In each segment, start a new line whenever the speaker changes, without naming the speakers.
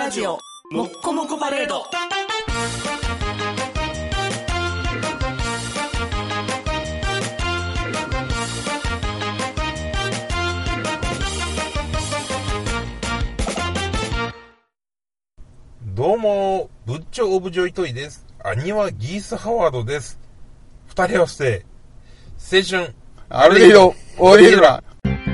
ラジオもっこもこパレード。
どうも、ブッチョオブジョイトイです。兄はギース・ハワードです。二人合わせて青春
アルデヒドオーディヒドラ。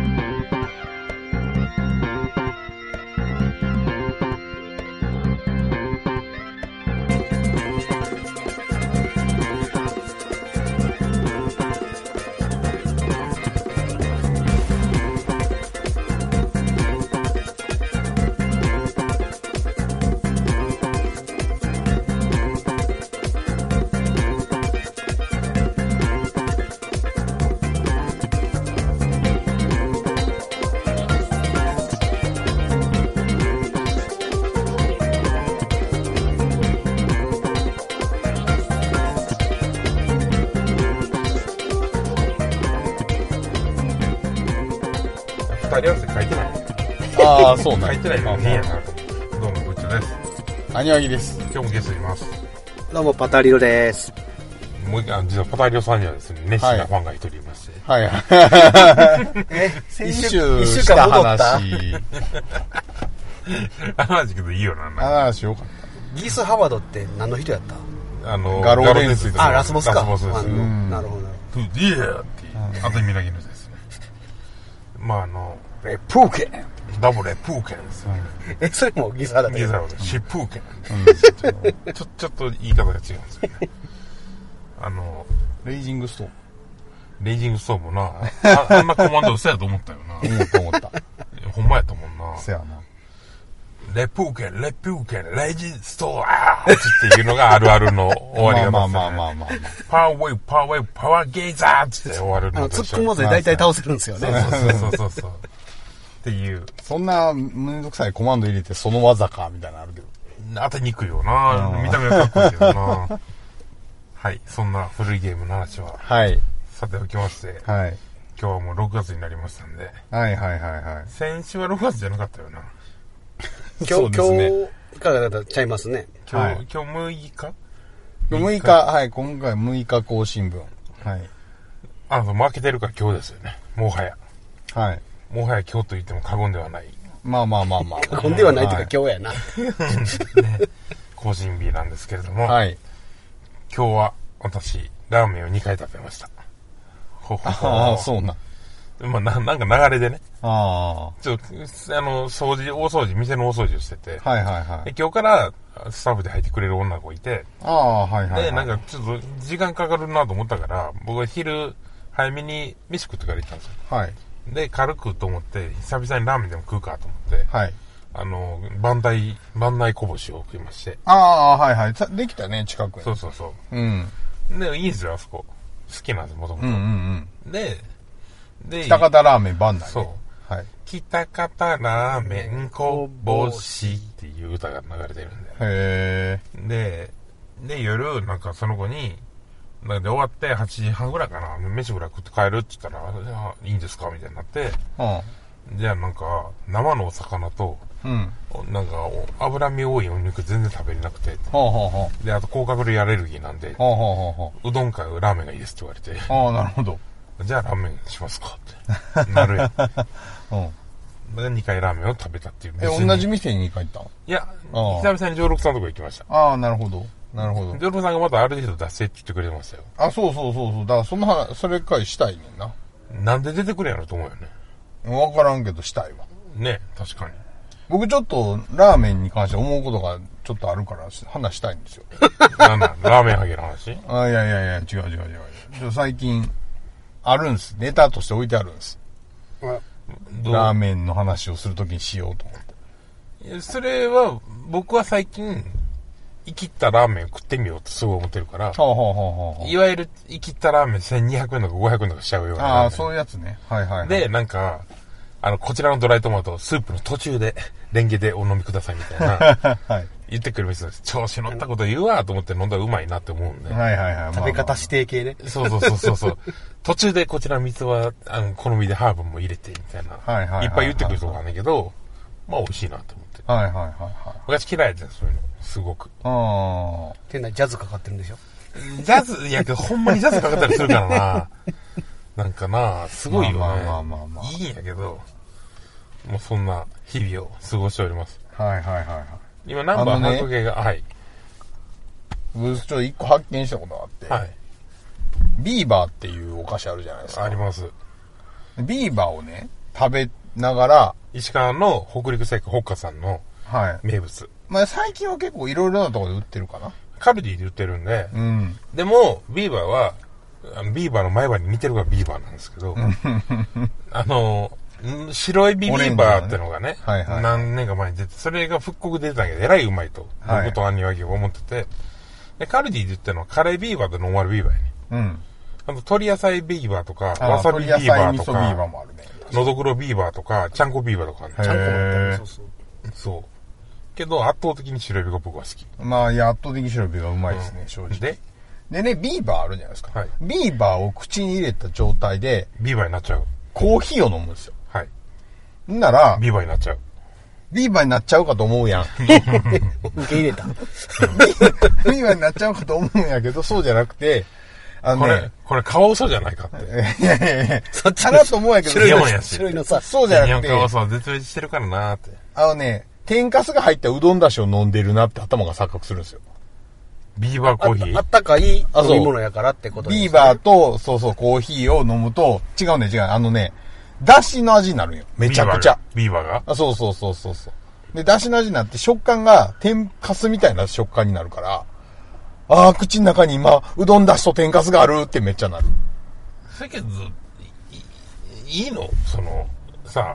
二人合わせ書いてない。
ああ、そうなん
書いてないの変やなと思って。どうも、ブッチョです。
アニワギです。
今日もゲストいます。
どうもパタリロです。
もう一回、実はパタリオさんにはですね、熱心なファンが一人いまして。
はい
一
週
週間戻った
話。
話けどいいよな。
話よかっ
ギース・ハワードって何の人やった
ガローデンス
ガローデンス
あ、ラスボスか。
ラスボスです。
なるほど。
トゥディアっていう、あと見だけのですね。まあレプーケン。ダブルレプーケンですよ。
それもギース・ハワード
ギザード、シプーケン。ちょっと言い方が違うんですよね。
レイジングストーム。
レイジングストームな、あんなコマンド嘘やと思ったよな。
思った。
ほんまやと思うな。
せやな。
レプーケン、レプーケン、レイジングストームっていうのがあるあるの終わりが
まあ。
パワーウェイ、パワーウェイ、パワーゲイザーって終わるの。
突っ込まずに大体倒せるんですよね。
そう。っていう。
そんなめんどくさいコマンド入れてその技かみたいなのあるけど。
当てにくいよな。見た目はかっこいいけどな。はい、そんな古いゲームの話は。
はい。
さておきまして。
はい。
今日はもう6月になりましたんで。
はい。
先週は6月じゃなかったよな。
今日からだちゃいますね。
今日6日
6日、はい、今回6日更新分。はい。
負けてるから今日ですよね。もはや。
はい。
もはや今日と言っても過言ではない。
まあ。
過言ではないというか今日やな。
更新日なんですけれども。
はい。
今日は私、ラーメンを2回食べました。
ああ、そうな。
まあ、なんか流れでね。
ああ。
ちょっと、大掃除、店の大掃除をしてて。
はい。
で今日からスタッフで入ってくれる女の子いて。
ああ、はい。
で、なんかちょっと時間かかるなと思ったから、僕は昼早めに飯食ってから行ったんですよ。
はい。
で、軽くと思って、久々にラーメンでも食うかと思って。
はい。
万内こぼしを食いまして。
ああ、はい。できたね、近くに。
そう。
うん。
で、いいんですよ、あそこ。好きなんです、もともと。で、
北方ラーメンバンダイ、ね。
そう。
はい。
北方ラーメンこぼしっていう歌が流れてるんで。
へ
で、夜、なんかその子に、で終わって8時半ぐらいかな、飯ぐらい食って帰るって言ったら、じゃあいいんですかみたいになって、じゃあなんか、生のお魚と、なんか、脂身多いお肉全然食べれなくて、で、あと甲殻類アレルギーなんで、うどんかラーメンがいいですって言われて、
なるほど。
じゃあラーメンしますかってなるやん。で、2回ラーメンを食べたっていう。
同じ店に2回行ったの？
いや、久々に上六さんのとこ行きました。
ああ、なるほど。
上六さんがまたある程度出せって言ってくれてましたよ。
あ、そう。だからそれ回したいねんな。
なんで出てくれやろと思うよね。
わからんけどしたいわ。
ね、確かに。
僕ちょっとラーメンに関して思うことがちょっとあるから話したいんですよ。
ラーメンハゲの話？
いや、違う。最近、あるんです。ネタとして置いてあるんです。ラーメンの話をするときにしようと思って。
それは、僕は最近、生きったラーメン食ってみようってすごい思ってるから、いわゆる生きったラーメン1200円とか500円とかしちゃうような。
ああ、そういうやつね。はい。
で、なんか、こちらのドライトマト、スープの途中で、レンゲでお飲みくださいみたいな。はい。言ってくる店です。調子乗ったこと言うわと思って飲んだらうまいなって思うんで。
はい。
食べ方指定系ね。
そう。途中でこちら水は、好みでハーブも入れて、みたいな。いっぱい言ってくるとこあるんだけど、 まあ美味しいなと思って。
はいはいはいはい。
昔嫌いじゃん、そういうの。すごく。
店内ジャズかかってるんでしょ？
ジャズ、いやけどほんまにジャズかかったりするからな。なんかな、すごいよね。いいんやけど、もうそんな日々を過ごしております。
はいはいはいはい。
今ナンバー白系が、はい。
僕ちょっと一個発見したことがあって、
はい。
ビーバーっていうお菓子あるじゃないですか。
あります。
ビーバーをね、食べながら、
石川の北陸製菓ホッカさんの名物。
まあ最近は結構いろいろなところで売ってるかな。
カルディで売ってるんで、でも、ビーバーは、ビーバーの前歯に似てるからビーバーなんですけど、白エビビーバーってのがね、何年か前に出て、それが復刻出てたんやけど、えらいうまいと、僕と兄は思ってて、で、カルディで言ってるのはカレービーバーとノーマルビーバーやね。あと、鶏野菜ビーバーとか、わさびビーバーとか、のどぐろビーバーとか、ちゃんこビーバーとかね。
ちゃんこもあったり、
そう。けど、圧倒的に白エビが僕は好き。
まあ、圧倒的に白エビがうまいですね、正直。でね、ビーバーあるじゃないですか。ビーバーを口に入れた状態で、
ビーバーになっちゃう。
コーヒーを飲むんですよ。
はい。
んなら、
ビーバーになっちゃう。
ビーバーになっちゃうかと思うやん。
受け入れた。
ビーバーになっちゃうかと思うんやけど、そうじゃなくて、
これ、カワウソじゃないかって。
いやいやいや、そっちかなと思うんやけど、
白いのさ、
そうじゃなくて。
日本カワウソは絶滅してるからなーって。
天かすが入ったうどんだしを飲んでるなって頭が錯覚するんですよ。
ビーバーコーヒー
あったかい飲み物やからってことですね。
ビーバーと、そうそう、コーヒーを飲むと、違う。だしの味になるんよ。めちゃくちゃ。
ビーバーが
そう。で、だしの味になって食感が天かすみたいな食感になるから、口の中に今、うどんだしと天かすがあるってめっちゃなる。
だけど、いいのさ、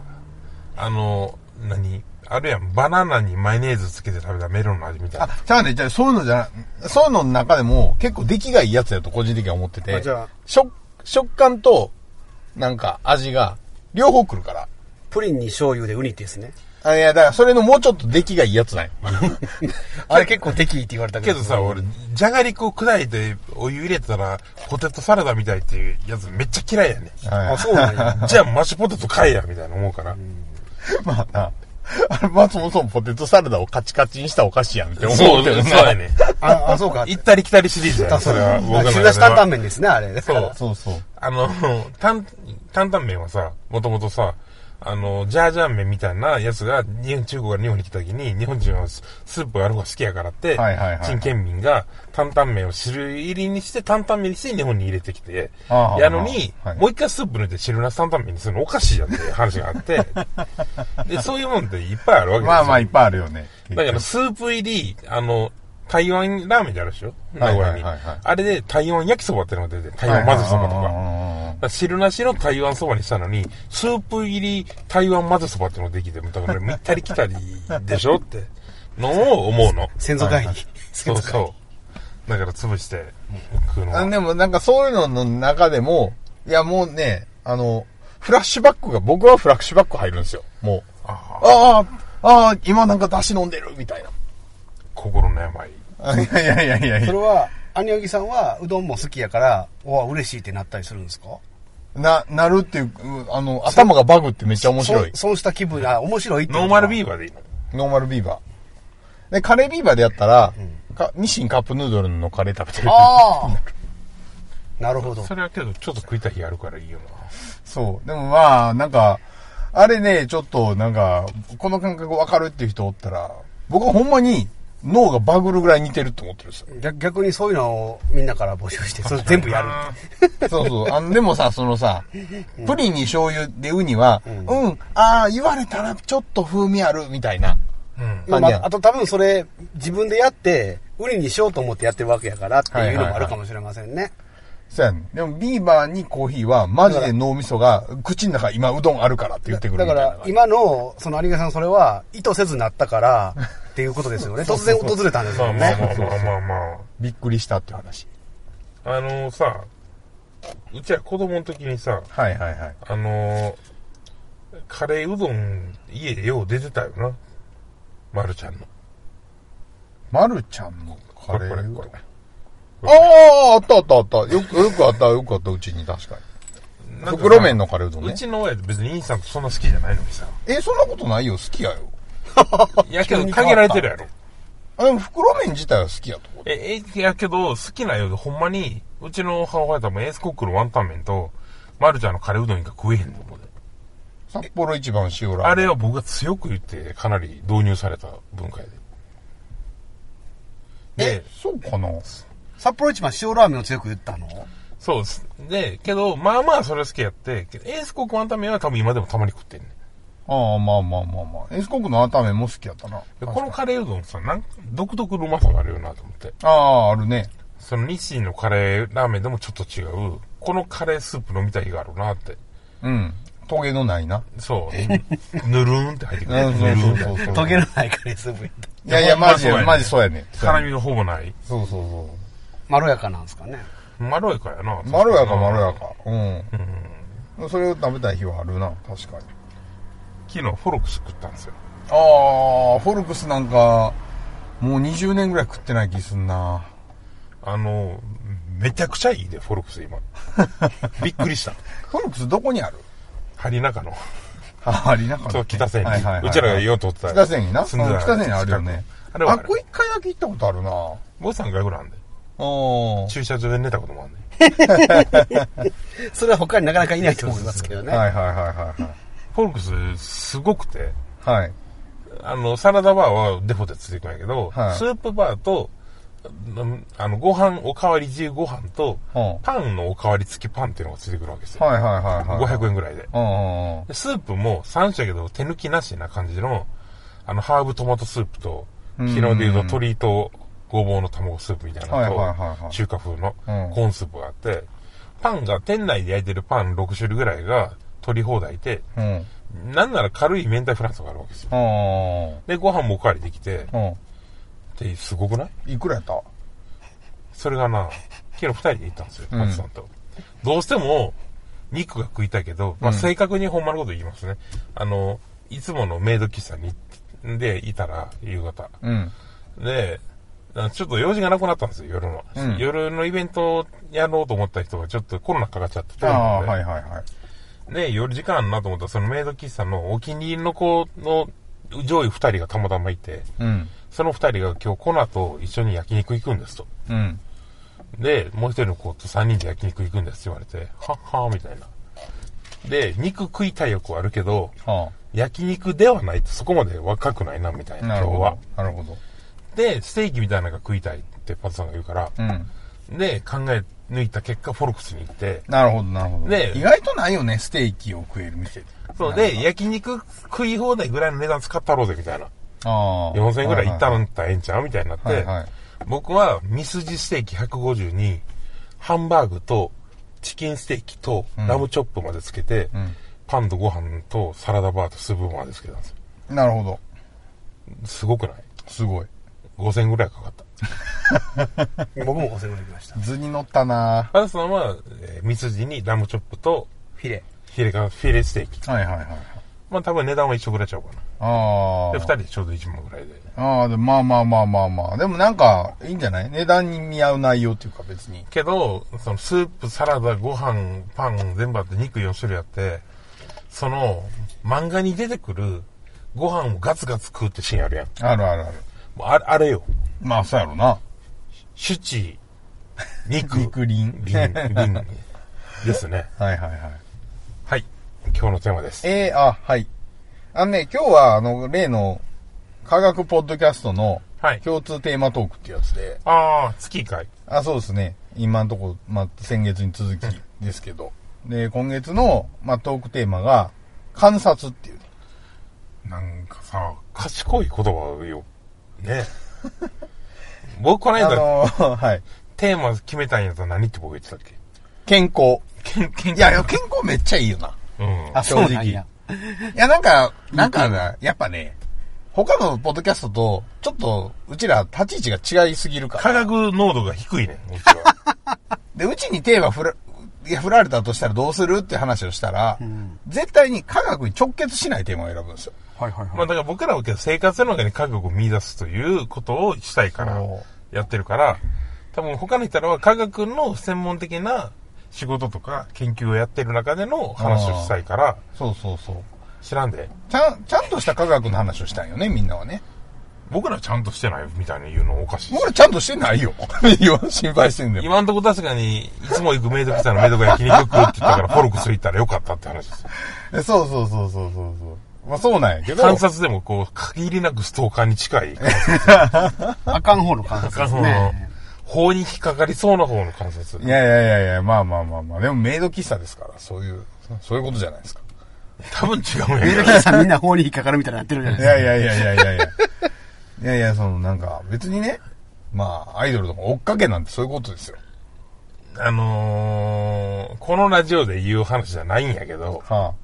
あるやん、バナナにマヨネーズつけて食べたメロンの味みたいな。
そういうのじゃない、そういうのの中でも結構出来がいいやつだと個人的には思ってて、食感と、味が、両方来るから。
プリンに醤油でウニってですね。
いや、だからそれのもうちょっと出来がいいやつない。
あれ結構敵って言われた
けどさ、俺、じゃがりこを砕いてお湯入れたら、ポテトサラダみたいっていうやつめっちゃ嫌いやね。
そうなんや。
じゃあマッシュポテト買えや、みたいな思うから。
まあな。そもそもポテトサラダをカチカチにしたお菓子やんって思うけどね。
そうやね。
そうか。
行ったり来たりシリーズやね。それは。
汁なし担々麺ですね、あれ。
そう。
担々麺はさ、もともとさ、ジャージャー麺みたいなやつが、中国が日本に来た時に、日本人はスープがある方が好きやからって、陳建民が担々麺を汁入りにして、担々麺にして日本に入れてきて、やのに、もう一回スープ抜いて汁なし担々麺にするのおかしいやって話があって、で、そういうもんっていっぱいあるわけですよ。
まあいっぱいあるよね。
だからスープ入り、台湾ラーメンであるでしょ、名古屋に。あれで台湾焼きそばってのが出て、台湾混ぜそばとか。汁なしの台湾そばにしたのに、スープ入り台湾混ぜそばってのができて、だから見たり来たりでしょってのを思うの。
先祖返り。
そう。だから潰して食うの。
でもそういうのの中でも、いやもうね、フラッシュバックが、僕はフラッシュバック入るんですよ。もう。今出汁飲んでるみたいな。
心の病。
いや。
それは、兄荻さんはうどんも好きやから、嬉しいってなったりするんですか？
なるっていう、頭がバグってめっちゃ面白い。
そうした気分が面白いって。
ノーマルビーバーでいいの？
ノーマルビーバー。で、カレービーバーでやったら、日清カップヌードルのカレー食べてる。
なるほど。
それはけど、ちょっと食いた日あるからいいよな。
そう。でもあれね、ちょっとこの感覚わかるっていう人おったら、僕はほんまに脳がバグるぐらい似てると思ってるんですよ。
逆にそういうのをみんなから募集して、それ全部やる。
そう。でもさ、プリンに醤油でウニは、言われたらちょっと風味あるみたいな。
あと多分それ、自分でやって、ウニにしようと思ってやってるわけやからっていうのもあるかもしれませんね。
そうやね。でもビーバーにコーヒーはマジで脳みそが口の中今うどんあるからって言ってくるみたいな。
だから今の有賀さんそれは意図せずなったからっていうことですよね。突然訪れたんですよね。
まあ。
びっくりしたっていう話。
さ、うちは子供の時にさ、カレーうどん家でよう出てたよな。まるちゃんの。
まるちゃんのカレーうどん。
これ
あった。よくあった、うちに確かに。袋麺のカレーうどんね。
うちの親って別にインスタントそんな好きじゃないのにさ。
そんなことないよ、好きやよ。
やけど限られてるやろ。
でも袋麺自体は好きやと思う。
やけど、好きなようでほんまに、うちの母親ともエースコックのワンタン麺と、マルちゃんのカレーうどんが食えへんと思うで。
札幌一番塩ラーメン。
あれは僕が強く言って、かなり導入された文化やで。
そうかな。
札幌一番塩ラーメンを強く言ったの？
そうです。で、けど、まあまあそれ好きやって、エースコックワンタン麺は多分今でもたまに食ってんねん。
ああ、まあ。エースコックのワンタン麺も好きやったな。
このカレーうどんさ、独特のうまさがあるよなと思って。
ああ、あるね。
その日清のカレーラーメンでもちょっと違う、このカレースープ飲みたいがあるなって。
うん。トゲのないな。
そう。ぬるーんって入ってくる。
そう。
トゲのないカレースープやった。
いや、マジそうやね。
辛みがほぼない。
そう。
まろやかなんですかね。
まろやかやな。
まろやか。うん。それを食べたい日はあるな、確かに。
昨日フォルクス食ったんですよ。
ああ、フォルクスなんか、もう20年ぐらい食ってない気すんな。
めちゃくちゃいいで、フォルクス今。びっくりした。
フォルクスどこにある？
針中の。
針中の。
そう、北千里。うちらが言おうとってた。
北千里な。北千里あるよね。
あれは。
あっこ一回だけ行ったことあるな。
僕3回ぐらいあんで。駐車場で寝たこともあん
ね。それは他になかなかいないと思いますけどね。
はい。
フォルクス、すごくて。
はい。
サラダバーはデフォでついてくるんやけど、スープバーと、ご飯、おかわり自由ご飯と、パンのおかわり付きパンっていうのがついてくるわけですよ。
はい。
500円ぐらいで。スープも3種やけど、手抜きなしな感じの、ハーブトマトスープと、昨日で言うと鶏とごぼうの卵スープみたいなのと、中華風のコーンスープがあって、パンが店内で焼いてるパン6種類ぐらいが取り放題で、なんなら軽い明太フランスがあるわけですよ。で、ご飯もおかわりできて、で、すごくない
いくらやった？
それがな、昨日2人で行ったんですよ、松さんと。どうしても、肉が食いたいけど、まあ、正確にほんまのこと言いますね。いつものメイド喫茶でいたら、夕方。で、ちょっと用事がなくなったんですよ、夜の。夜のイベントをやろうと思った人がちょっとコロナかかっちゃってて。で、夜時間あるなと思ったら、そのメイド喫茶のお気に入りの子の上位2人がたまたまいて、その2人が今日この後一緒に焼肉行くんですと。で、もう一人の子と3人で焼肉行くんですって言われて、はみたいな。で、肉食いたい欲はあるけど、焼肉ではないとそこまで若くないな、みたいな、今日は。
なるほど。
で、ステーキみたいなのが食いたいってパツさんが言うから、で、考え抜いた結果、フォルクスに行って。
なるほど。で、意外とないよね、ステーキを食える店。
そうで、焼肉食い放題ぐらいの値段使ったろうぜ、みたいな。4000円ぐらい行ったらええんちゃうみたいになって、僕はミスジステーキ150に、ハンバーグとチキンステーキとラムチョップまでつけて、パンとご飯とサラダバーとスープまでつけたんですよ。
なるほど。
すごくない？
すごい。
5000円ぐらいかかった。
僕も5000円ぐらい来ました。
図に乗ったな
パンさんは、ミスジにラムチョップと
フィレ
ステーキ。まあ多分値段は一緒ぐらいちゃうかな。で、2人でちょうど1万ぐらいで。
まあ。でもなんか、いいんじゃない？値段に見合う内容っていうか別に。
けど、そのスープ、サラダ、ご飯、パン全部あって肉4種類あって、その、漫画に出てくるご飯をガツガツ食うってシーンあるやん。
ある。
あれよ。
まあ、そうやろな。
シュチ、肉、
リン
ですね。
はい。
はい。今日のテーマです。
はい。今日は、例の、科学ポッドキャストの、共通テーマトークってやつで。
月1回。
そうですね。今のところ、先月に続きですけど。で、今月の、トークテーマが、観察っていう。
なんかさ、賢い言葉よ。ね。僕この間、テーマ決めたんやったら何って僕言ってたっけ？
健康。いや、健康めっちゃいいよな。正直。いや、なんか、やっぱね、他のポッドキャストと、ちょっと、うちら立ち位置が違いすぎるから。
化学濃度が低いね、うちは。
で、うちにテーマ振られたとしたらどうするって話をしたら、絶対に科学に直結しないテーマを選ぶんですよ。
まあだから僕らは生活の中に科学を見出すということをしたいからやってるから、多分他の人らは科学の専門的な仕事とか研究をやってる中での話をしたいから。
そう。
知らんで。
ちゃんとした科学の話をしたんよね、みんなはね。
僕らちゃんとしてないみたいに言うのおかしい。
僕らちゃんとしてないよ。心配してんだよ。
今んとこ確かに、いつも行くメイド喫茶のメイドが焼肉食うって言ったからフォルクス行ったらよかったって話です
よ。そう。まあそうなんやけど。
観察でもこう、限りなくストーカーに近い。
あかん方の観察ですね。
法に引っかかりそうな方の観察。
いや、まあ。でもメイド喫茶ですから、そういうことじゃないですか。
多分違うんや
メイド喫茶みんな法に引っかかるみたいになってるじゃないですか。
いや、なんか、別にね、まあ、アイドルとか追っかけなんてそういうことですよ。
このラジオで言う話じゃないんやけど、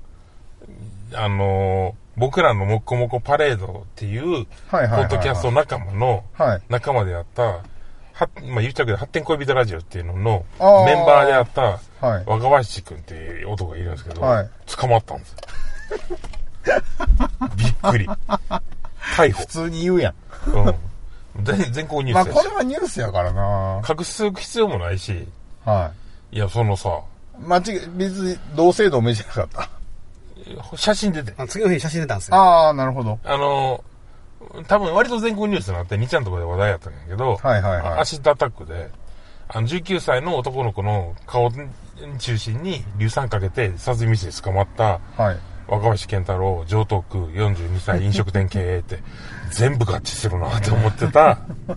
僕らのもっこもこパレードっていう、ポッドキャスト仲間の、仲間であった、まあ言っちゃうけど、発展恋人ラジオっていうのの、メンバーであった、若林くんっていう男がいるんですけど、捕まったんですよ。びっくり。逮捕。
普通に言うやん。
全国ニュース
まあこれはニュースやからな。
隠す必要もないし、いや、そのさ、
別に同姓同名じゃなかった。
写真出て。
次の日写真出たんですよ。
ああ、なるほど。
多分割と全国ニュースになって、2ちゃんとかで話題やったんやけど、アシッドアタックで、19歳の男の子の顔中心に硫酸かけて殺人未遂で捕まった、若林健太郎、城東区42歳飲食店経営って、全部合致するなって思ってた。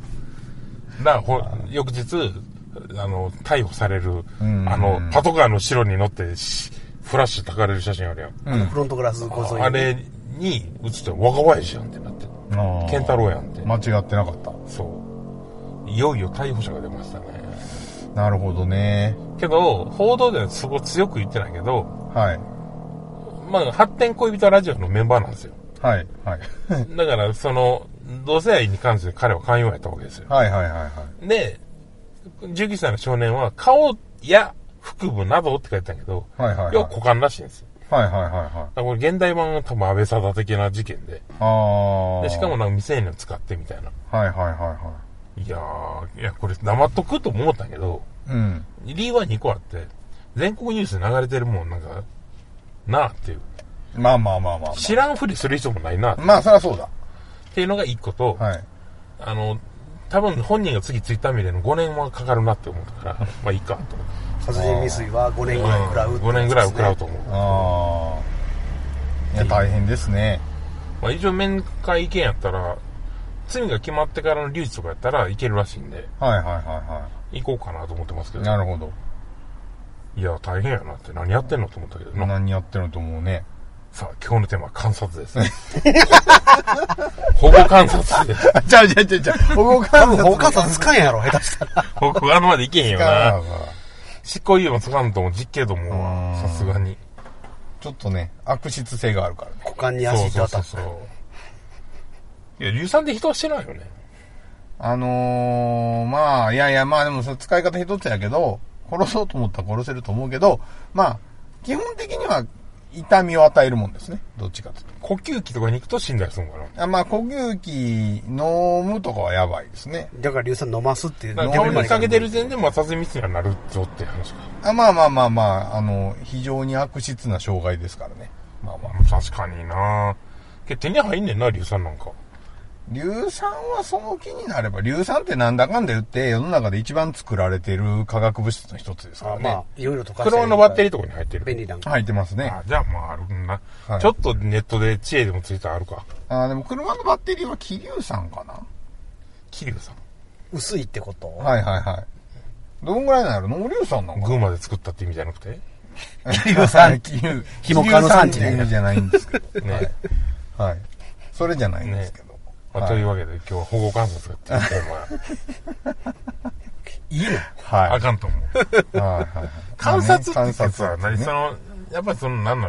翌日、逮捕される、パトカーの後ろに乗って、フラッシュ焚かれる写真あるやん。
フロントグラスご沿いに。
あれに映って若林やんってなって。健太郎やんって。
間違ってなかった。
そう。いよいよ逮捕者が出ましたね。
なるほどね。
けど、報道ではすごい強く言ってないけど、まあ、発展恋人ラジオのメンバーなんですよ。だから、同性愛に関して彼は寛容やったわけですよ。で、19歳の少年は、顔や腹部などって書いてたんやけど、要は股間らしいんですよ。これ現代版は多分安倍貞的な事件で。で、しかもなんか未成年を使ってみたいな。いや、これ黙っとくと思ったんやけど、理由は2個あって、全国ニュースに流れてるもんなんか、なあっていう。
まあ。
知らんふりする必要もないなって。
まあ、そりゃそうだ。
っていうのが1個と、多分本人が次ツイッター見れるの5年はかかるなって思ったから、まあいいかと思って。
殺人未遂は5年ぐらい食らう、
5年ぐらいは食らうと思
う。いや、大変ですね。
まあ一応面会意見やったら、罪が決まってからの留置とかやったらいけるらしいんで、行こうかなと思ってますけど。
なるほど。
いや、大変やなって。何やってんのと思ったけどな。
何やってんのと思うね。
さあ、今日のテーマは観察ですね。保護観察です。
ちゃう。保護観察。
保護観察つかんやろ、下手したら。
保護観までいけへんよな。執行猶予もつかんとも実刑度も、さすがに。
ちょっとね、悪質性があるからね。
股間に足当たった。
いや、硫酸で人はしてないよね。
まあ、まあでもその使い方一つやけど、殺そうと思ったら殺せると思うけど、まあ、基本的には痛みを与えるもんですね。どっちかというと。
呼吸器とかに行くと死んだりするのかな。
まあ、呼吸器飲むとかはやばいですね。
だから硫酸飲ますっていう。
顔にかけてる時点で殺人未遂になるぞって話か。
まあ、非常に悪質な障害ですからね。
確かにな。手に入んねんな、硫酸なんか。
硫酸はその気になれば、硫酸ってなんだかんだ言って世の中で一番作られてる化学物質の一つですからね。
まあ、いろいろとかして
車のバッテリーとかに入ってる。
便利なんか。
入ってますね。
じゃあまああるんな。ちょっとネットで知恵でもついたらあるか。
でも車のバッテリーは気硫酸かな。
気硫酸。
薄いってこと？
どんぐらいなの？濃硫酸なのかな。
群馬で作ったって意味じゃなくて
気硫酸。ひもかの産地
って意味じゃないんですけど。ね。それじゃないんですけど。
というわけで今日は保護観察っていうテーマ。
いいの？
あかんと思う。観察ってさ、やっぱり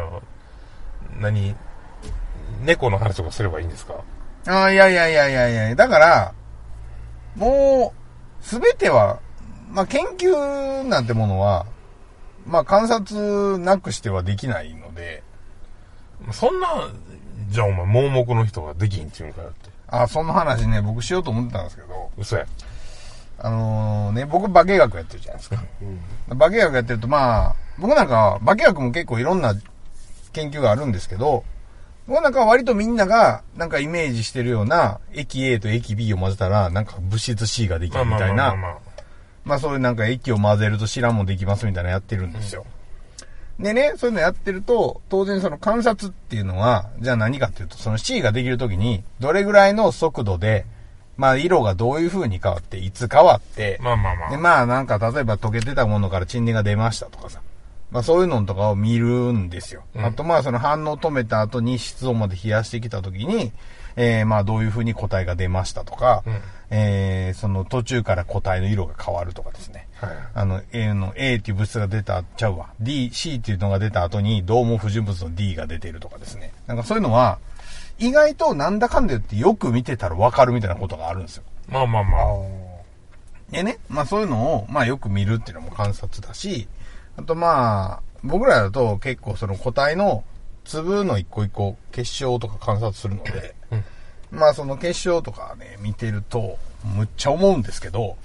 猫の話とかすればいいんですか？
いや。だから、もう、すべては、まあ、研究なんてものは、まあ、観察なくしてはできないので。
そんな、じゃあお前、盲目の人ができひんって言うんかよって。
その話ね、僕しようと思ってたんですけど。
嘘や。
僕化学やってるじゃないですか。化学やってると、まあ、僕なんか化学も結構いろんな研究があるんですけど、 もうなんか割とみんなが、なんかイメージしてるような、液 A と液 B を混ぜたら、なんか物質 C ができるみたいな。まあそういうなんか液を混ぜると知らんもできますみたいなのやってるんですよ。でね、そういうのやってると、当然その観察っていうのは、じゃあ何かっていうと、その C ができるときに、どれぐらいの速度で、まあ色がどういう風に変わって、いつ変わって、でまあなんか例えば溶けてたものから沈殿が出ましたとかさ。まあそういうのとかを見るんですよ。あとまあその反応を止めた後に室温まで冷やしてきたときに、まあどういう風に固体が出ましたとか、その途中から固体の色が変わるとかですね。A っていう物質が出た、C っていうのが出た後に、どうも不純物の D が出てるとかですね。なんかそういうのは、意外となんだかんだ言ってよく見てたらわかるみたいなことがあるんですよ。でね、まあそういうのを、まあよく見るっていうのも観察だし、あとまあ、僕らだと結構その固体の粒の一個一個結晶とか観察するので、まあその結晶とかね、見てると、むっちゃ思うんですけど、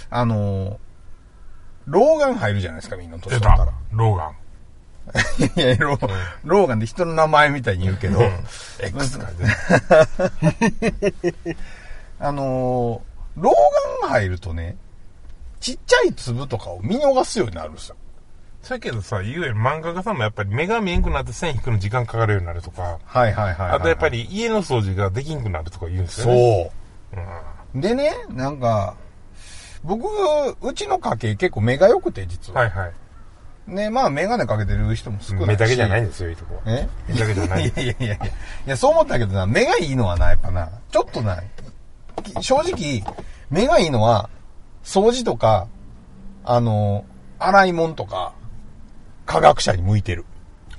老眼入るじゃないですか、みんな年取ったら。
老眼。
いや、老眼で人の名前みたいに言うけど、
X か
老眼入るとね、ちっちゃい粒とかを見逃すようになるんですよ。
そやけどさ、いわゆる漫画家さんもやっぱり目が見えんくなって線引くの時間かかるようになるとか。あとやっぱり家の掃除ができんくなるとか言うんですよね。
そう。でね、なんか、僕、うちの家系結構目が良くて、実は。ね、まあ、メガネかけてる人も少ないし。
目だけじゃないんですよ、いいとこ。目だけじゃない。
いや、そう思ったけどな、目がいいのはな、やっぱな、ちょっとな、正直、目がいいのは、掃除とか、洗い物とか、科学者に向いてる。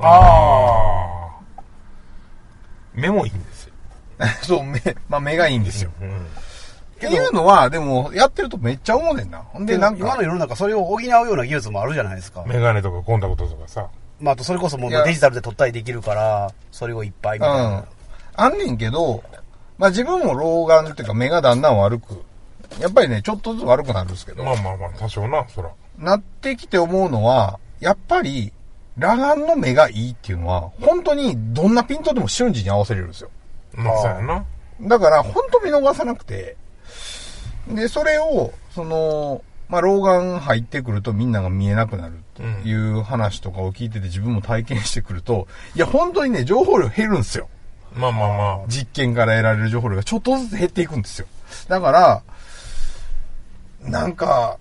目もいいんですよ。
そう、目がいいんですよ。っていうのは、でも、やってるとめっちゃ思うねんな。ほんで、なんか。
今の世の中、それを補うような技術もあるじゃないですか。
メガネとかコンタクトとかさ。
まあ、あと、それこそもうデジタルで撮ったりできるから、それをいっぱいみたいな。
あんねんけど、まあ自分も老眼っていうか目がだんだん悪く、やっぱりね、ちょっとずつ悪くなるんですけど。
まあ、多少な、そら。
なってきて思うのは、やっぱり、裸眼の目がいいっていうのは、本当にどんなピントでも瞬時に合わせれるんですよ。
まあ、そうやな。
だから、本当見逃さなくて、で、それを、まあ、老眼入ってくるとみんなが見えなくなるっていう話とかを聞いてて自分も体験してくると、いや、本当にね、情報量減るんですよ。
まあ。
実験から得られる情報量がちょっとずつ減っていくんですよ。だから、なんか、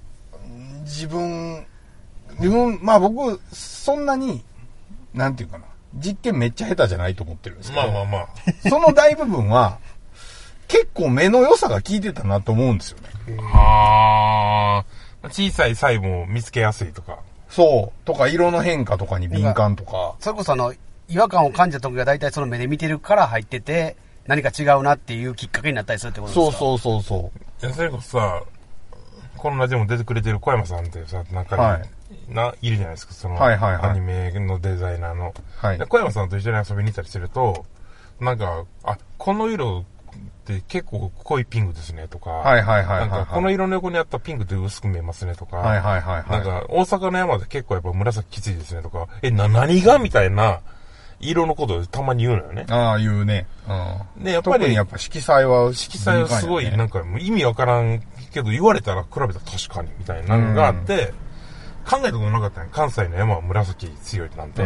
まあ僕、そんなに、なんていうかな、実験めっちゃ下手じゃないと思ってるんですけど、
まあ。
その大部分は、結構目の良さが効いてたなと思うんですよね。
小さい細胞を見つけやすいとか。
そう。とか、色の変化とかに敏感とか。
それこそ違和感を感じた時が大体その目で見てるから入ってて、何か違うなっていうきっかけになったりするってことですか？
そう。
いや、それこそさ、このラジオも出てくれてる小山さんってさ、中に、いるじゃないですか、その、アニメのデザイナーの。小山さんと一緒に遊びに行ったりすると、なんか、この色って結構濃いピンクですねとか、なんかこの色の横にあったピンクって薄く見えますねとか、なんか大阪の山で結構やっぱ紫きついですねとか、何がみたいな色のことをたまに言うのよね。
言うね。
で、やっぱり、
色彩は
すごい、なんか意味わからんけど言われたら比べたら確かにみたいなのがあって、考えたことなかったね。関西の山は紫強いなんて。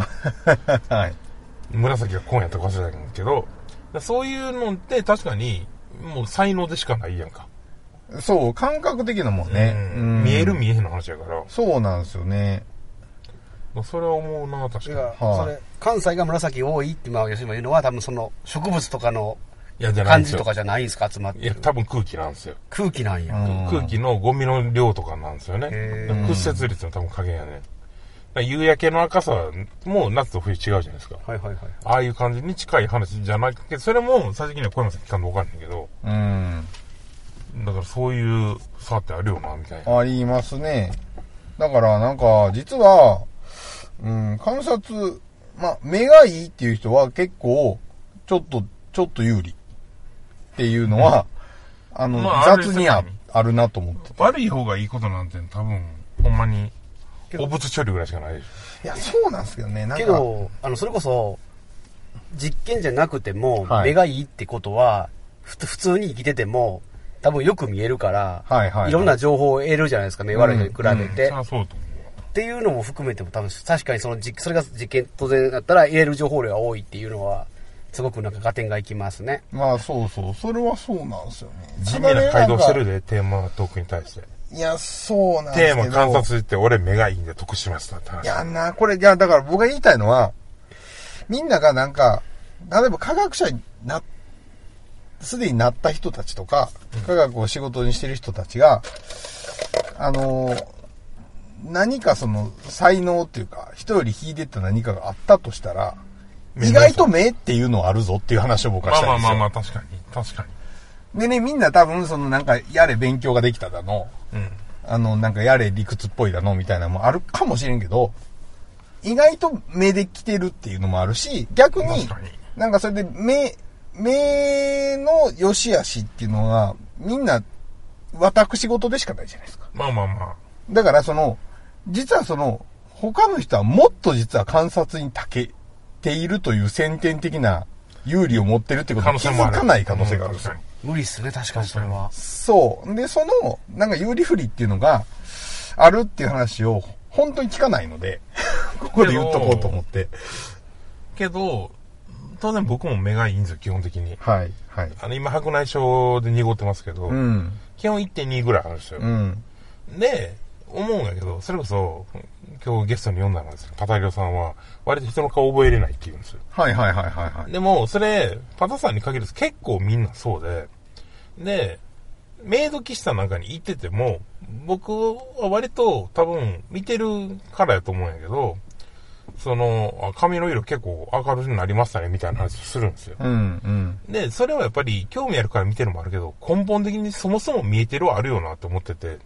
紫が紺やったか忘れたけど、そういうのって確かにもう才能でしかないやんか。
そう、感覚的なもんね。
見える見えへんの話やから。
そうなんですよね。
それは思うな、確かに。
それ、関西が紫多いって吉島言うのは多分その植物とかの感じとかじゃないんですか、集まってる。
いや、多分空気なんですよ。
空気なんや。
空気のゴミの量とかなんですよね。屈折率の多分加減やね。夕焼けの赤さも夏と冬違うじゃないですか。ああいう感じに近い話じゃないけど、それも最終的には小山さん聞かんと分かんないけど。だからそういう差ってあるよな、みたいな。
ありますね。だからなんか、実は、観察、まあ、目がいいっていう人は結構、ちょっと有利っていうのは、雑にあるなと思ってて。
悪い方がいいことなんて多分、ほんまに、汚物処理ぐらいしかないでしょ。
いや、そうなんですけどね。
けど、それこそ、 実験じゃなくても、目がいいってことは、普通に生きてても、多分よく見えるから、いろんな情報を得るじゃないですか、目悪いのに比べて。っていうのも含めても多分、確かにそれが実験当然だったら入れる情報量が多いっていうのは、すごくなんか合点がいきますね。
まあそうそう、それはそうなんですよね。
地味な回答してるで、テーマトークに対して。
いや、そうなんですけど。
テーマ観察って俺目がいいんで得しましたって話。
いやな、これ、いや、だから僕が言いたいのは、みんながなんか、例えば科学者にすでになった人たちとか、科学を仕事にしてる人たちが、何かその才能っていうか、人より秀でた何かがあったとしたら、意外と目っていうのあるぞっていう話を僕はしたんですよ。
まあ、確かに。
でね、みんな多分そのなんか、やれ勉強ができただの、なんかやれ理屈っぽいだのみたいなのもあるかもしれんけど、意外と目で来てるっていうのもあるし、逆に、なんかそれで目の良し悪しっていうのが、みんな、私事でしかないじゃないですか。
まあ。
だから実は他の人はもっと実は観察に長けているという先天的な有利を持ってるってことに気づかない可能性があるんですよ。
無理っすね、確かにそれは。
そう。で、なんか有利不利っていうのがあるっていう話を本当に聞かないので、ここで言っとこうと思って。
けど、当然僕も目がいいんですよ、基本的に。
はい。
今白内障で濁ってますけど、基本 1.2 ぐらいあるんですよ。で、思うんだけど、それこそ、今日ゲストに呼んだんですよ。パタリオさんは、割と人の顔覚えれないって言うんですよ。
はい。
でも、それ、パタさんに限ると結構みんなそうで、で、メイド喫茶なんかに行ってても、僕は割と多分見てるからやと思うんやけど、髪の色結構明るくなりましたねみたいな話をするんですよ。で、それはやっぱり興味あるから見てるのもあるけど、根本的にそもそも見えてるはあるよなって思ってて。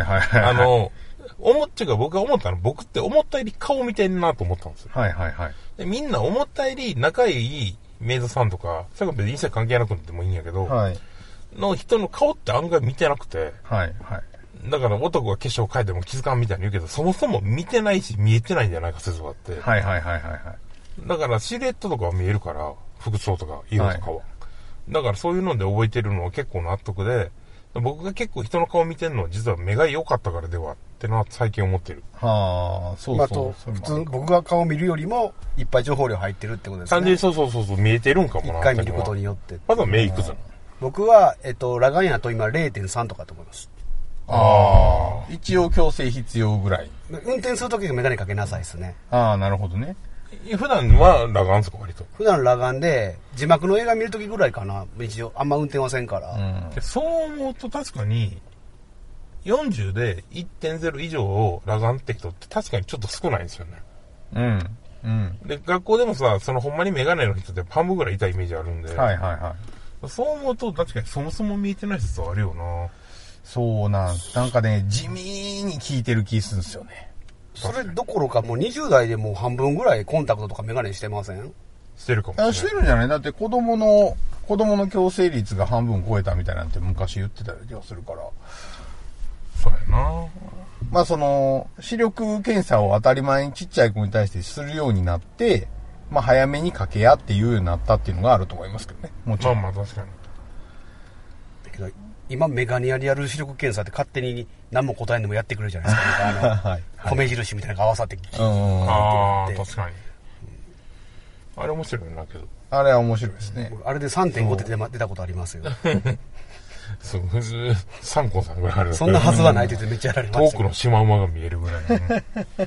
僕が思ったの、僕って思ったより顔見てんなと思ったんですよ。で、みんな思ったより仲いいメイドさんとか、それから別に一切関係なくてもいいんやけど、の人の顔って案外見てなくて、だから男が化粧変えても気づかんみたいに言うけど、そもそも見てないし見えてないんじゃないか説があって。だからシルエットとかは見えるから、服装とか色とかは。だからそういうので覚えてるのは結構納得で、僕が結構人の顔見てるのは実は目が良かったからではってのは最近思ってる。
そう。
普通僕が顔見るよりもいっぱい情報量入ってるってことですね。
単純にそう見えてるんかもな。
一回見ることによって。
まずは目いくぞ。
僕は、裸眼やと今 0.3 とかと思います。
一応矯正必要ぐらい。
運転するときがメガネかけなさいですね。
なるほどね。
普段は裸眼ですか、割と。
普段裸眼で、字幕の映画見るときぐらいかな。一応、あんま運転はせんから。
そう思うと確かに、40で 1.0 以上を裸眼って人って確かにちょっと少ないんですよね。で、学校でもさ、ほんまにメガネの人って半分ぐらいいたイメージあるんで。そう思うと確かにそもそも見えてない説はあるよな。
そうなんかね、地味に効いてる気するんですよね。
それどころかもう20代でもう半分ぐらいコンタクトとかメガネしてません？
してるかもしれない。
してるんじゃない？だって子供の矯正率が半分超えたみたいなんて昔言ってた気がするから。
そうやな。
まあ視力検査を当たり前にちっちゃい子に対してするようになって、まあ早めにかけやっていうようになったっていうのがあると思いますけどね。もちろん。
まあ確かに。
だけど今メガネ屋でやる視力検査って勝手に何も答えんでもやってくれるじゃないですか。米印みたいなのが合わさって
確かに。あれ面白いなけど。
あれは面白いですね。
あれで 3.5 って出たことありますよ。
そう、サンコンさんぐらいある。
そんなはずはないって言ってめっちゃやられました。
遠くのシマウマが見えるぐらい。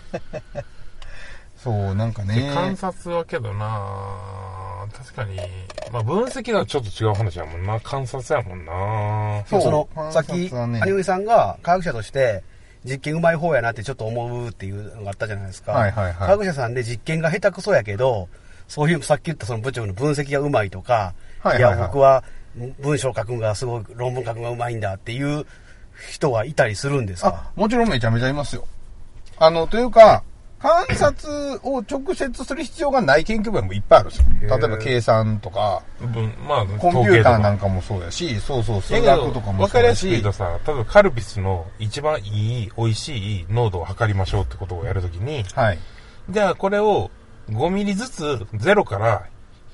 そう、なんかね。
観察はけどな、確かに、まあ分析はちょっと違う話やもんな。観察やもんな。
さっき、有吉さんが科学者として実験うまい方やなってちょっと思うっていうのがあったじゃないですか。科学者さんで実験が下手くそやけど、そういうさっき言ったその部長の分析がうまいとか、いや、僕は文章書くんがすごい、論文書くんがうまいんだっていう人はいたりするんですか？
もちろんめちゃめちゃいますよ。というか、観察を直接する必要がない研究分野もいっぱいあるんですよ。例えば計算とか、
まあ、
コンピューターなんかもそうだし、そう数学とかもそうだし。
わかりやすく言うとさ、例えばカルピスの一番いい、美味しい濃度を測りましょうってことをやるときに、じゃあこれを5ミリずつ0から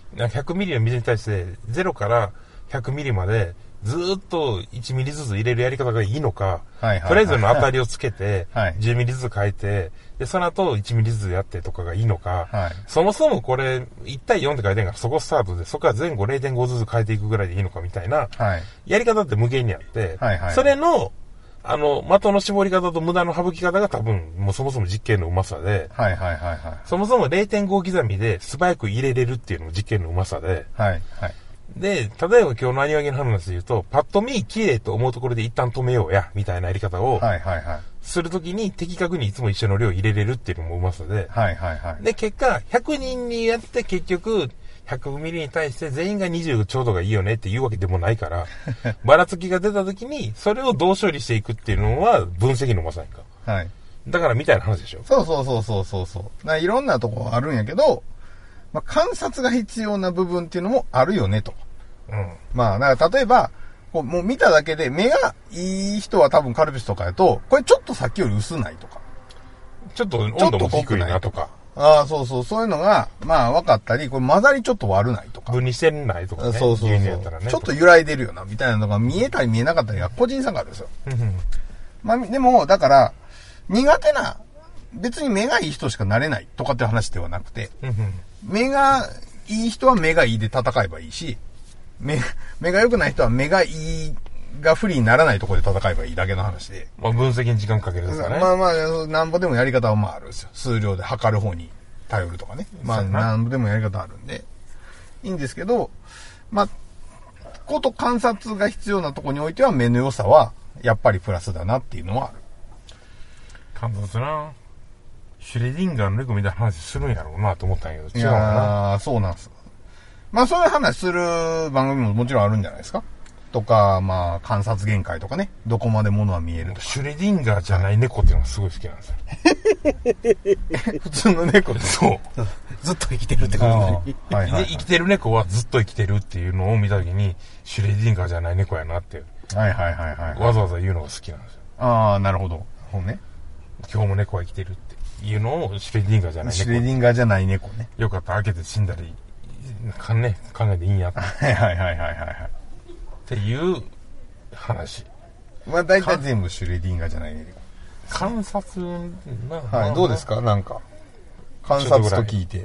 100ミリの水に対して0から100ミリまでずーっと1ミリずつ入れるやり方がいいのか、とりあえずの当たりをつけて、10ミリずつ変えて、で、その後1ミリずつやってとかがいいのか、そもそもこれ1対4って書いてんからそこスタートで、そこから前後 0.5 ずつ変えていくぐらいでいいのかみたいな、やり方って無限にあって、それの、的の絞り方と無駄の省き方が多分、もうそもそも実験のうまさで、そもそも 0.5 刻みで素早く入れれるっていうのも実験のうまさで、で、例えば今日のアニワギの話で言うと、パッと見綺麗と思うところで一旦止めようや、みたいなやり方を、するときに的確にいつも一緒の量入れれるっていうのもうまさで、で、結果、100人にやって結局、100ミリに対して全員が20ちょうどがいいよねっていうわけでもないから、ばらつきが出たときに、それをどう処理していくっていうのは分析のうまさやんか。だからみたいな話でしょ。
そう。いろんなとこあるんやけど、観察が必要な部分っていうのもあるよねと。だから例えば、もう見ただけで目がいい人は多分カルピスとかやと、これちょっとさっきより薄ないとか。
ちょっと温度も低いなとか。
そういうのが、分かったり、これ混ざりちょっと悪ないとか。
分離してないとかね。
やったらね。ちょっと揺らいでるよな、みたいなのが見えたり見えなかったりが個人差があるんですよ。でも、だから、苦手な、別に目がいい人しかなれないとかって話ではなくて、目がいい人は目がいいで戦えばいいし、目が良くない人は目がいいが不利にならないところで戦えばいいだけの話で。
分析に時間かけるんですかね。
なんぼでもやり方はあるんですよ。数量で測る方に頼るとかね。なんぼでもやり方あるんで。いいんですけど、こと観察が必要なところにおいては目の良さは、やっぱりプラスだなっていうのはある。
観察な。シュレディンガーの猫みたいな話するんやろうなと思ったんやけど、
違うな。そうなんです。そういう話する番組ももちろんあるんじゃないですか。とか、観察限界とかね。どこまで物は見えるとか。
シュレディンガーじゃない猫っていうのがすごい好きなんですよ。
普通の猫で。
そう。
ずっと生きてるってこと
で、生きてる猫はずっと生きてるっていうのを見たときに、シュレディンガーじゃない猫やなって。わざわざ言うのが好きなんですよ。
なるほど。ね。
今日も猫は生きてるっていうのをシュレディンガーじゃない猫。
シュレディンガーじゃない猫ね。
よかったら開けて死んだり、考えていいんやって。っていう話。
大体全部シュレディンガーじゃない猫。
観察
どうですかなんか。観察と聞いて。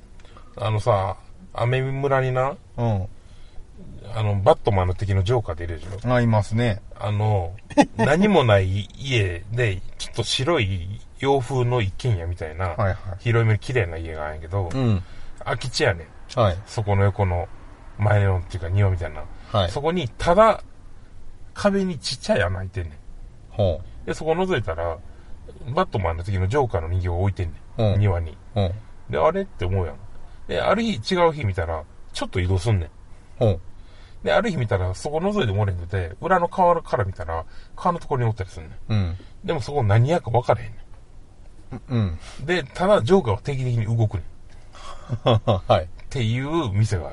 アメ村にな、バットマンの敵のジョーカーでいるでしょ。
いますね。
何もない家で、ちょっと白い洋風の一軒家みたいな、広いめ綺麗な家があるんやけど、空き地やねん。そこの横の前のっていうか庭みたいな。そこに、ただ、壁にちっちゃい穴開いてんねん。で、そこ覗いたら、バットマンの敵のジョーカーの人形を置いてんねん。庭に。で、あれって思うやん。で、ある日、違う日見たら、ちょっと移動すんねん。で、ある日見たら、そこ覗いてもれんくて、裏の川から見たら、川のところにおったりすんねん。でもそこ何やか分からへんねん。で、ただ、ジョーカーは定期的に動くねん。っていう店があ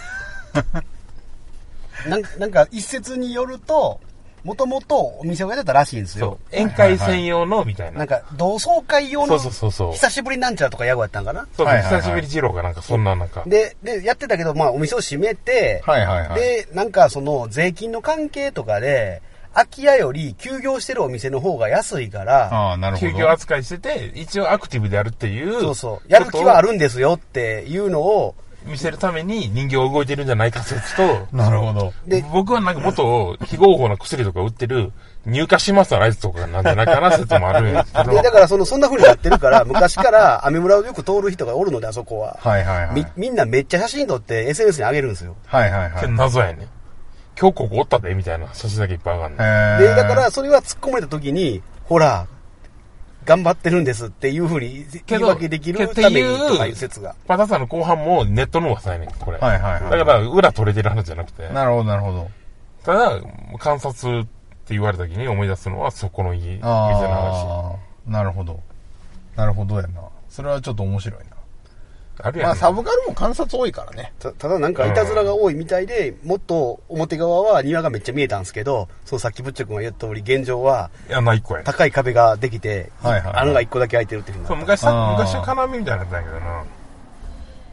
る。なんか一説によると、もともとお店をやってたらしいんですよ。
宴会専用のみたいな。
なんか同窓会用の。
そう。
久しぶりなんちゃらとか屋号やったんかな。
久しぶり二郎がなんかそんななんか。
で、やってたけど、お店を閉めて、で、なんかその税金の関係とかで、空き家より休業してるお店の方が安いから、
休業扱いしてて、一応アクティブであるっていう。
やる気はあるんですよっていうのを、
見せるために人形が動いてるんじゃないか説と、
なるほど。
で、僕はなんかもっと非合法な薬とか売ってる入荷しますの合図とかなんじゃないかな説もあるんですけど。
だからそんな風になってるから、昔からアメ村をよく通る人がおるので、あそこは。みんなめっちゃ写真撮って SNS に上げるんですよ。
謎やね。今日ここおったでみたいな写真だけいっぱい上がる
ね。で、だからそれは突っ込まれた時に、ほら、頑張ってるんですっていうふうに言い訳できるためにとかいう説が。
パタさんの後半もネットの噂やねん、これ。だから裏取れてる話じゃなくて。
なるほど。
ただ、観察って言われた時に思い出すのはそこの店の話。
なるほどやな。それはちょっと面白いな。
あるやん。
サブカルも観察多いからね。
ただなんかいたずらが多いみたいで、もっと表側は庭がめっちゃ見えたんですけど、そうさっきブッチョ君が言った通り現状は、高い壁ができて、穴が一個だけ開いてるっていう
そう、昔は金網みたいなのだったんやけどな。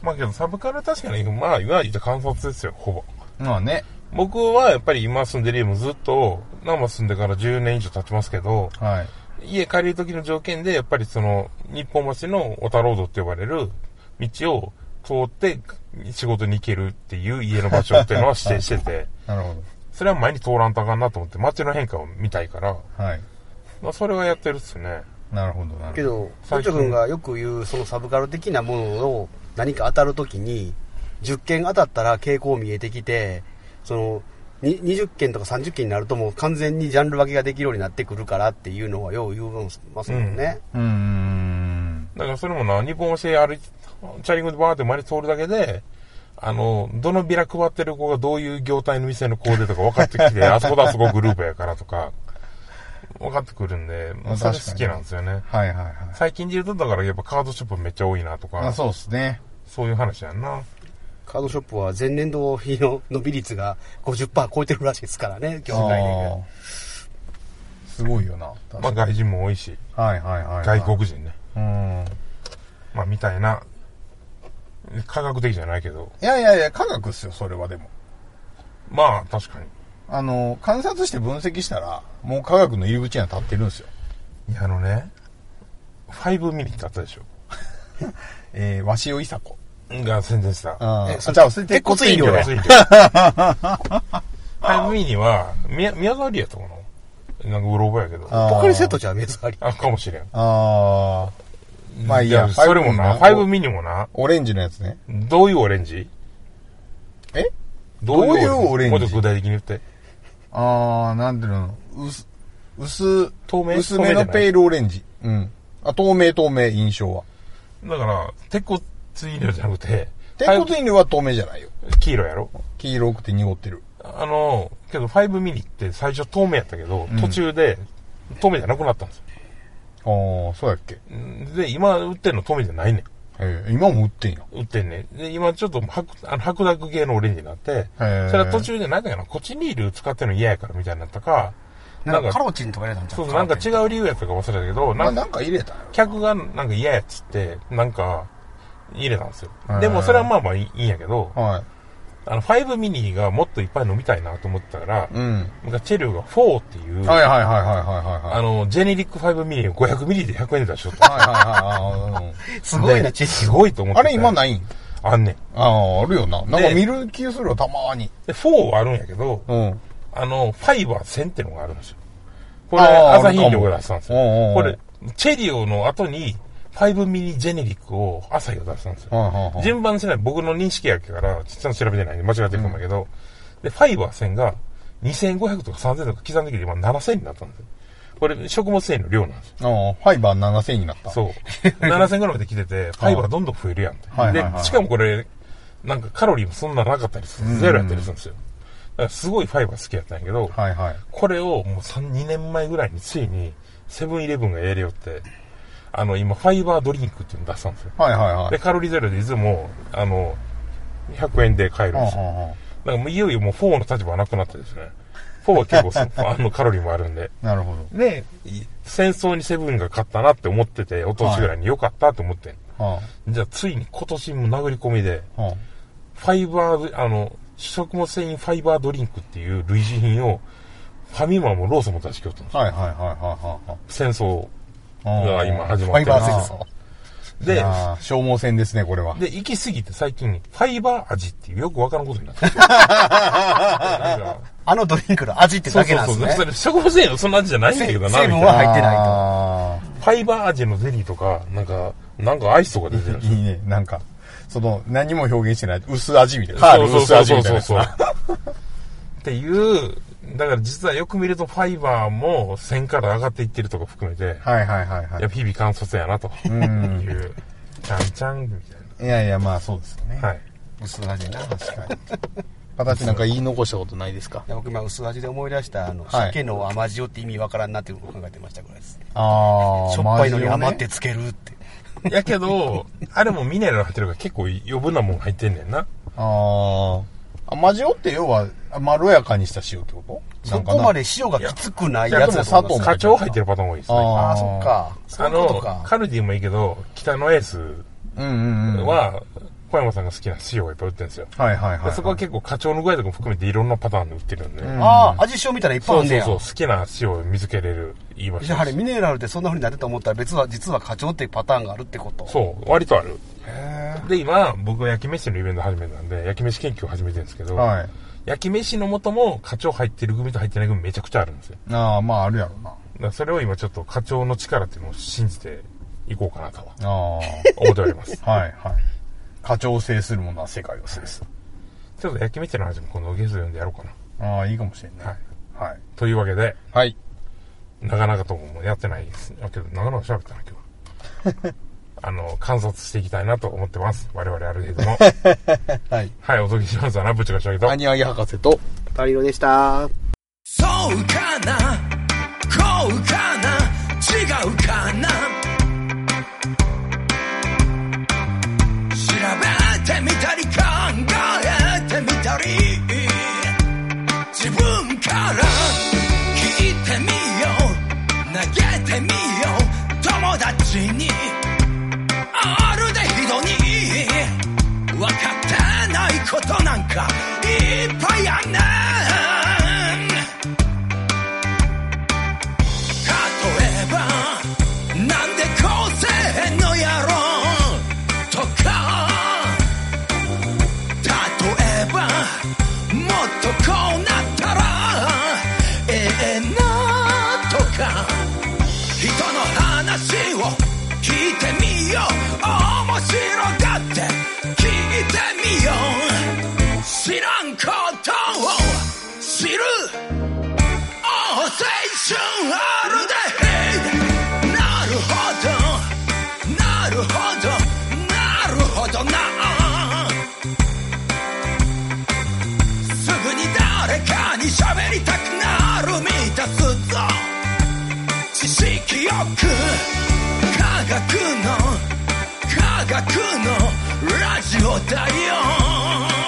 まあけどサブカル確かに、まあいわゆる観察ですよ、ほぼ。
まあね。
僕はやっぱり今住んでる家もずっと、生住んでから10年以上経ちますけど、はい、家借りる時の条件で、やっぱりその、日本橋の小田ロードって呼ばれる道を通って仕事に行けるっていう家の場所っていうのは指定してて、
なるほど。
それは前に通らんとあかんなと思って、街の変化を見たいから、はい。まあそれはやってるっすね。
なるほど、なるほど。
けど、ポチョ君がよく言う、そのサブカル的なものを何か当たるときに、10件当たったら傾向見えてきて、その、20件とか30件になるともう完全にジャンル分けができるようになってくるからっていうのはよう言いますもんね。
だからそれもな、日本橋歩いて、チャリングでバーって周り通るだけで、どのビラ配ってる子がどういう業態の店のコーデとか分かってきて、あそこだそこグループやからとか、分かってくるんで、それ好きなんですよね。はいはいはい。最近で言うと、だからやっぱカードショップめっちゃ多いなとか。
そうですね。
そういう話やんな。
カードショップは前年度比の伸び率が 50% 超えてるらしいですからね、業界で。
すごいよな。
まあ外人も多いし。
はいはいはい、
外国人ね。まあみたいな、科学的じゃないけど。
いや、科学っすよ、それはでも。
まあ確かに。
観察して分析したら、もう科学の入り口には立ってるんですよ。
いや5ミニってあったでしょ。
鷲尾伊佐子。
が宣伝した。
じゃあ、それ鉄骨飲料や。
5ミニは、宮沢りやったかな？なんかうろ覚えやけど。
ポカリセットじゃ宮沢り。
かもしれん。
まあいいや。
それもな、5ミニもな。
オレンジのやつね。
どういうオレンジ？
どういうオレンジ？
もうちょっと具体的に言って。
なんていうの？薄めのペールオレンジ。うん。透明、印象は。
だから、鉄骨飲料じゃなくて。
鉄骨飲料は透明じゃないよ。
黄色やろ？
黄色くて濁ってる。
けど5ミニって最初透明やったけど、途中で透明じゃなくなったんです
よ。そうやっけ？
で、今売ってんの透明じゃないねん。
今も売ってんや。
売ってんねん。で、今ちょっと白濁系のオレンジになって、それは途中で何だかな、コチニール使ってるの嫌やからみたいになったか、
なんかカロチンとか入れたんちゃう？
そう、なんか違う理由やったか忘れたけど、
なんか入れたよ。
客がなんか嫌やっつって、なんか入れたんですよ。でもそれはまあまあいいんやけど、5ミニがもっといっぱい飲みたいなと思ってたから、チェリオが4っていう、ジェネリック5ミニを500ミリで100円で出しとった。
すごいな、チェリオ。
すごいと思って。
あれ今ないん？
あんねん。
あるよな。なんか見る気するよ、たまーに。
で、4はあるんやけど、ファイバー1000ってのがあるんですよ。これ、朝日飲料が出したんですよ。これ、チェリオの後に、5ミニジェネリックを朝日が出したんですよ。順番しない、僕の認識やから、ちゃんと調べてないんで間違ってると思うんだけど、で、ファイバー1000が2500とか3000とか刻んできて今7000になったんですよ。これ、食物繊維の量なんですよ。
ファイバー7000になった。
そう。7000ぐらいまで来てて、ファイバーどんどん増えるやんって。で、しかもこれ、なんかカロリーもそんななかったりする。ゼロやったりするんですよ。だからすごいファイバー好きやったんやけど、これをもう2年前ぐらいについにセブンイレブンがやりよって、今ファイバードリンクっていうのを出したんですよ。で、カロリーゼロでいつも、100円で買えるんですよ。だからもういよいよもう4の立場はなくなってですね。4は結構カロリーもあるんで。
なるほど。
で、戦争にセブンが勝ったなって思ってて、おととしぐらいに良かったと思って。じゃあついに今年も殴り込みで、ファイバー、食物繊維ファイバードリンクっていう類似品を、ファミマもローソンも出しきよったんですよ。戦争が今始まってる。
ファイバー戦争。で、消耗戦ですね、これは。
で、行き過ぎて最近、ファイバー味っていうよくわからんことになってる。
ドリンクの味ってだけなんですね。
そう。食物繊維のそんな味じゃないんだけどな、
成分は入ってない
と。ファイバー味のゼリーとか、なんかアイスとか出てる。
いいね、なんか。何も表現してない。薄味みたいな。ハール薄味みたいな。そう。
っていう、だから実はよく見るとファイバーも1000から上がっていってるとか含めて、や日々観察やなという、ちゃんちゃんみたい
な。いや、まあそうですよね。薄味な、確かに。形なんか言い残したことないですか？
僕今薄味で思い出した鮭の甘塩って意味わからんなって考えてましたぐらいです。しょっぱいのに甘ってつけるって。
やけど、あれもミネラル入ってるから結構余分なもん入ってんねんな。
甘塩って要は、まろやかにした塩ってこと？
そこまで塩がきつくないやつだと思います。
花鳥入ってるパターン多いですね。
そっか。
カルディもいいけど、北のエースは、 小山さんが好きな塩をやっぱ売ってるんですよ。
はいはいはい。
そこは結構課長の具合とかも含めていろんなパターンで売ってるんで。
ああ、味塩みたいないっぱいあるんねや。
そう、好きな塩を見つけれる言い場所。
じゃああれ、ミネラルってそんな風になってと思ったら実は課長っていうパターンがあるってこと？
そう、割とある。で、今、僕は焼き飯のイベント始めたんで、焼き飯研究を始めてるんですけど、はい、焼き飯の素も課長入ってる組と入ってない組めちゃくちゃあるんですよ。
ああ、まああるやろな。
だからそれを今ちょっと課長の力っていうのを信じていこうかなとは思っております。
はいはい。課長を制するものは世界を制す。
ちょっと焼き飯の話も今度ゲスト呼んでやろうかな。
ああ、いいかもしれんね。はい。はい。
というわけで、
はい。
なかなかともやってないです。だけど、なかなか喋ったな、今日は。観察していきたいなと思ってます。我々ある程度も。はい。はい、お届けしますわな、ぶちかしわげと。
アニワギ博士と、
タリロでした。
そうかな、こうかな、違うかな。調べてみたり考えてみたり、自分から聞いてみよう、投げてみよう、友達に。あるでひどに分かってないことなんかいっぱいあんねん。例えばなんでこうせんのやろとか、例えばもっとこうなったらええなとか、人の話を聞いてみよう、面白がって聞いてみよう、知らんことを知る、青春あるで。なるほどなるほどなるほどな、すぐに誰かに喋りたくなる満たすぞ、知識よく科学のラジオだよ。